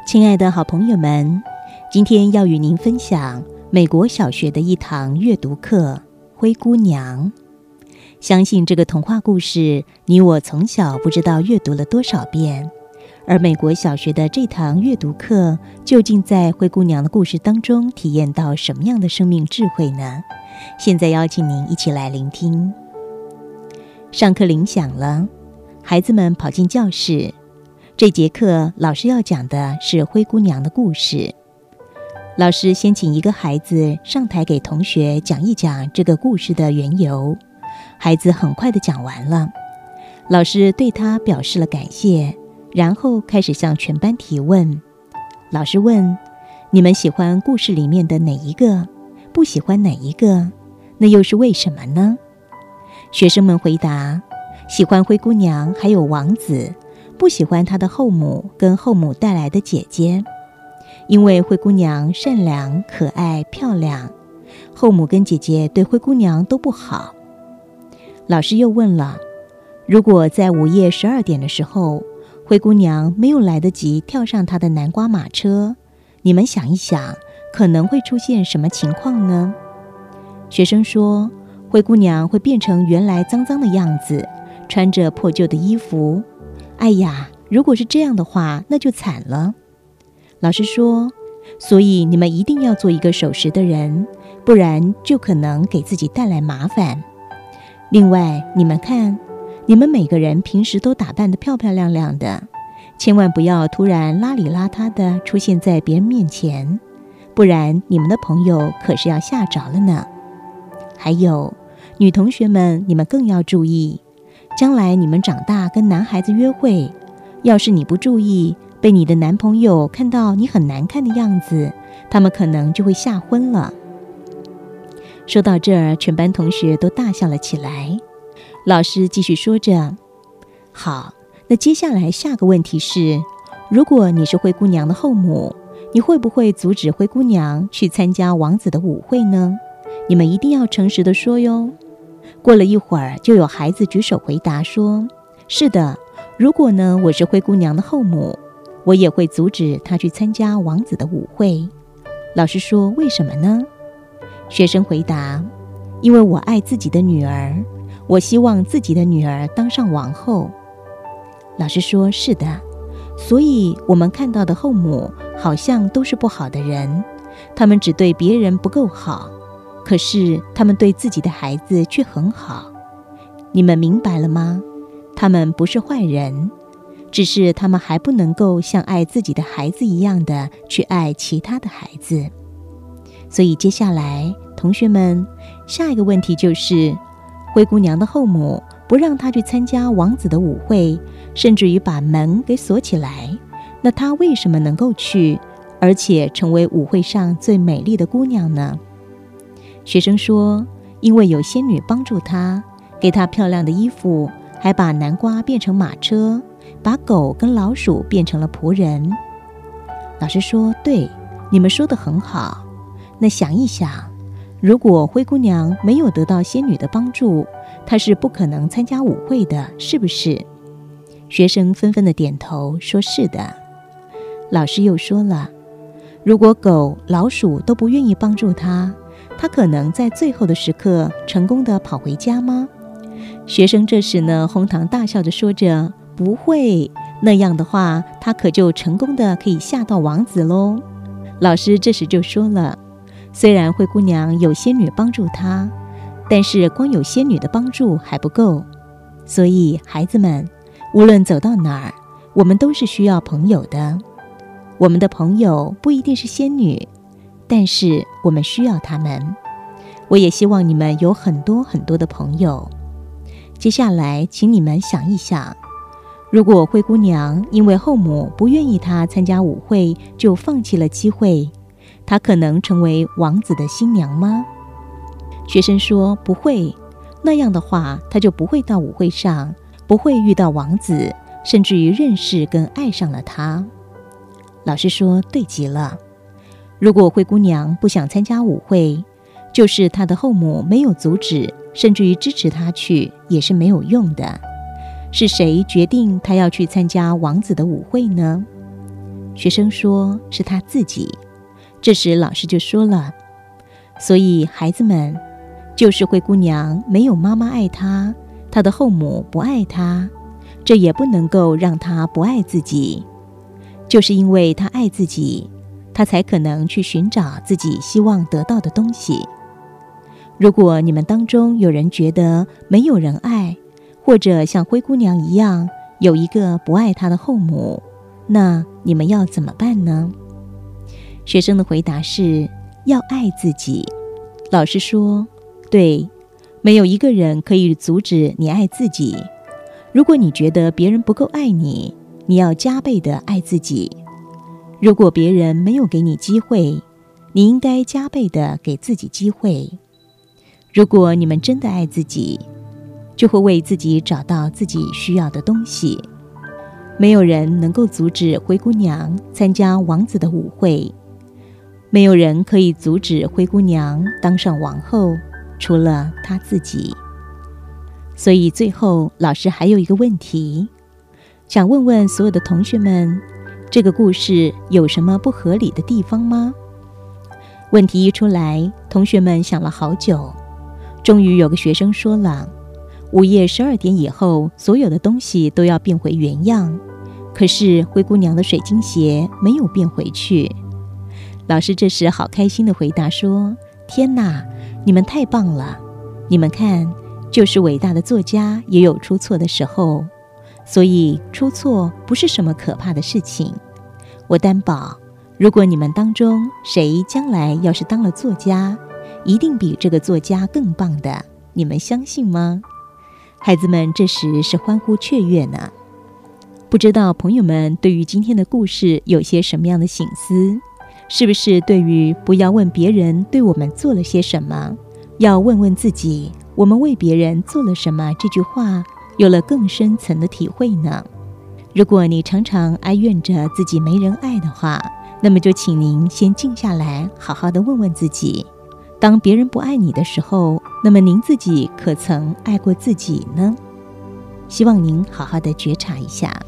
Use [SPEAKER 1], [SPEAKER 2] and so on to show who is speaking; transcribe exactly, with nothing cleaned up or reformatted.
[SPEAKER 1] 亲爱的好朋友们，今天要与您分享美国小学的一堂阅读课《灰姑娘》。相信这个童话故事，你我从小不知道阅读了多少遍。而美国小学的这堂阅读课，究竟在灰姑娘的故事当中体验到什么样的生命智慧呢？现在邀请您一起来聆听。上课铃响了，孩子们跑进教室。这节课老师要讲的是灰姑娘的故事。老师先请一个孩子上台给同学讲一讲这个故事的缘由。孩子很快地讲完了，老师对他表示了感谢，然后开始向全班提问。老师问：你们喜欢故事里面的哪一个？不喜欢哪一个？那又是为什么呢？学生们回答：喜欢灰姑娘还有王子，不喜欢她的后母跟后母带来的姐姐。因为灰姑娘善良、可爱、漂亮，后母跟姐姐对灰姑娘都不好。老师又问了：如果在午夜十二点的时候，灰姑娘没有来得及跳上她的南瓜马车，你们想一想，可能会出现什么情况呢？学生说，灰姑娘会变成原来脏脏的样子，穿着破旧的衣服。哎呀，如果是这样的话，那就惨了。老师说，所以你们一定要做一个守时的人，不然就可能给自己带来麻烦。另外，你们看，你们每个人平时都打扮得漂漂亮亮的，千万不要突然邋里邋遢地出现在别人面前，不然你们的朋友可是要吓着了呢。还有，女同学们，你们更要注意，将来你们长大跟男孩子约会，要是你不注意，被你的男朋友看到你很难看的样子，他们可能就会吓昏了。说到这儿，全班同学都大笑了起来。老师继续说着：好，那接下来下个问题是，如果你是灰姑娘的后母，你会不会阻止灰姑娘去参加王子的舞会呢？你们一定要诚实地说哟。过了一会儿，就有孩子举手回答说：是的，如果呢我是灰姑娘的后母，我也会阻止她去参加王子的舞会。老师说，为什么呢？学生回答：因为我爱自己的女儿，我希望自己的女儿当上王后。老师说，是的，所以我们看到的后母好像都是不好的人，他们只对别人不够好，可是他们对自己的孩子却很好。你们明白了吗？他们不是坏人，只是他们还不能够像爱自己的孩子一样的去爱其他的孩子。所以接下来，同学们，下一个问题就是，灰姑娘的后母不让她去参加王子的舞会，甚至于把门给锁起来，那她为什么能够去，而且成为舞会上最美丽的姑娘呢？学生说，因为有仙女帮助她，给她漂亮的衣服，还把南瓜变成马车，把狗跟老鼠变成了仆人。老师说，对，你们说得很好。那想一想，如果灰姑娘没有得到仙女的帮助，她是不可能参加舞会的，是不是？学生纷纷的点头，说是的。老师又说了，如果狗、老鼠都不愿意帮助她，她可能在最后的时刻成功的跑回家吗？学生这时呢，哄堂大笑着说着，不会，那样的话，她可就成功的可以吓到王子喽。老师这时就说了，虽然灰姑娘有仙女帮助她，但是光有仙女的帮助还不够，所以孩子们，无论走到哪儿，我们都是需要朋友的。我们的朋友不一定是仙女，但是我们需要他们。我也希望你们有很多很多的朋友。接下来，请你们想一想，如果灰姑娘因为后母不愿意她参加舞会，就放弃了机会，她可能成为王子的新娘吗？学生说，不会，那样的话，她就不会到舞会上，不会遇到王子，甚至于认识跟爱上了他。老师说，对极了。如果灰姑娘不想参加舞会，就是她的后母没有阻止，甚至于支持她去，也是没有用的。是谁决定她要去参加王子的舞会呢？ 学生说是他自己。这时老师就说了，所以孩子们，就是灰姑娘没有妈妈爱她，她的后母不爱她，这也不能够让她不爱自己。就是因为她爱自己，她才可能去寻找自己希望得到的东西。如果你们当中有人觉得没有人爱，或者像灰姑娘一样有一个不爱她的后母，那你们要怎么办呢？学生的回答是要爱自己。老师说，对，没有一个人可以阻止你爱自己。如果你觉得别人不够爱你，你要加倍的爱自己。如果别人没有给你机会，你应该加倍的给自己机会。如果你们真的爱自己，就会为自己找到自己需要的东西。没有人能够阻止灰姑娘参加王子的舞会，没有人可以阻止灰姑娘当上王后，除了她自己。所以最后老师还有一个问题，想问问所有的同学们，这个故事有什么不合理的地方吗？问题一出来，同学们想了好久，终于有个学生说了，午夜十二点以后，所有的东西都要变回原样，可是灰姑娘的水晶鞋没有变回去。老师这时好开心地回答说，天哪，你们太棒了！你们看，就是伟大的作家也有出错的时候，所以出错不是什么可怕的事情。我担保，如果你们当中谁将来要是当了作家，一定比这个作家更棒的，你们相信吗？孩子们这时是欢呼雀跃呢。不知道朋友们对于今天的故事有些什么样的省思？是不是对于不要问别人对我们做了些什么，要问问自己我们为别人做了什么这句话有了更深层的体会呢？如果你常常哀怨着自己没人爱的话，那么就请您先静下来，好好的问问自己，当别人不爱你的时候，那么您自己可曾爱过自己呢？希望您好好的觉察一下。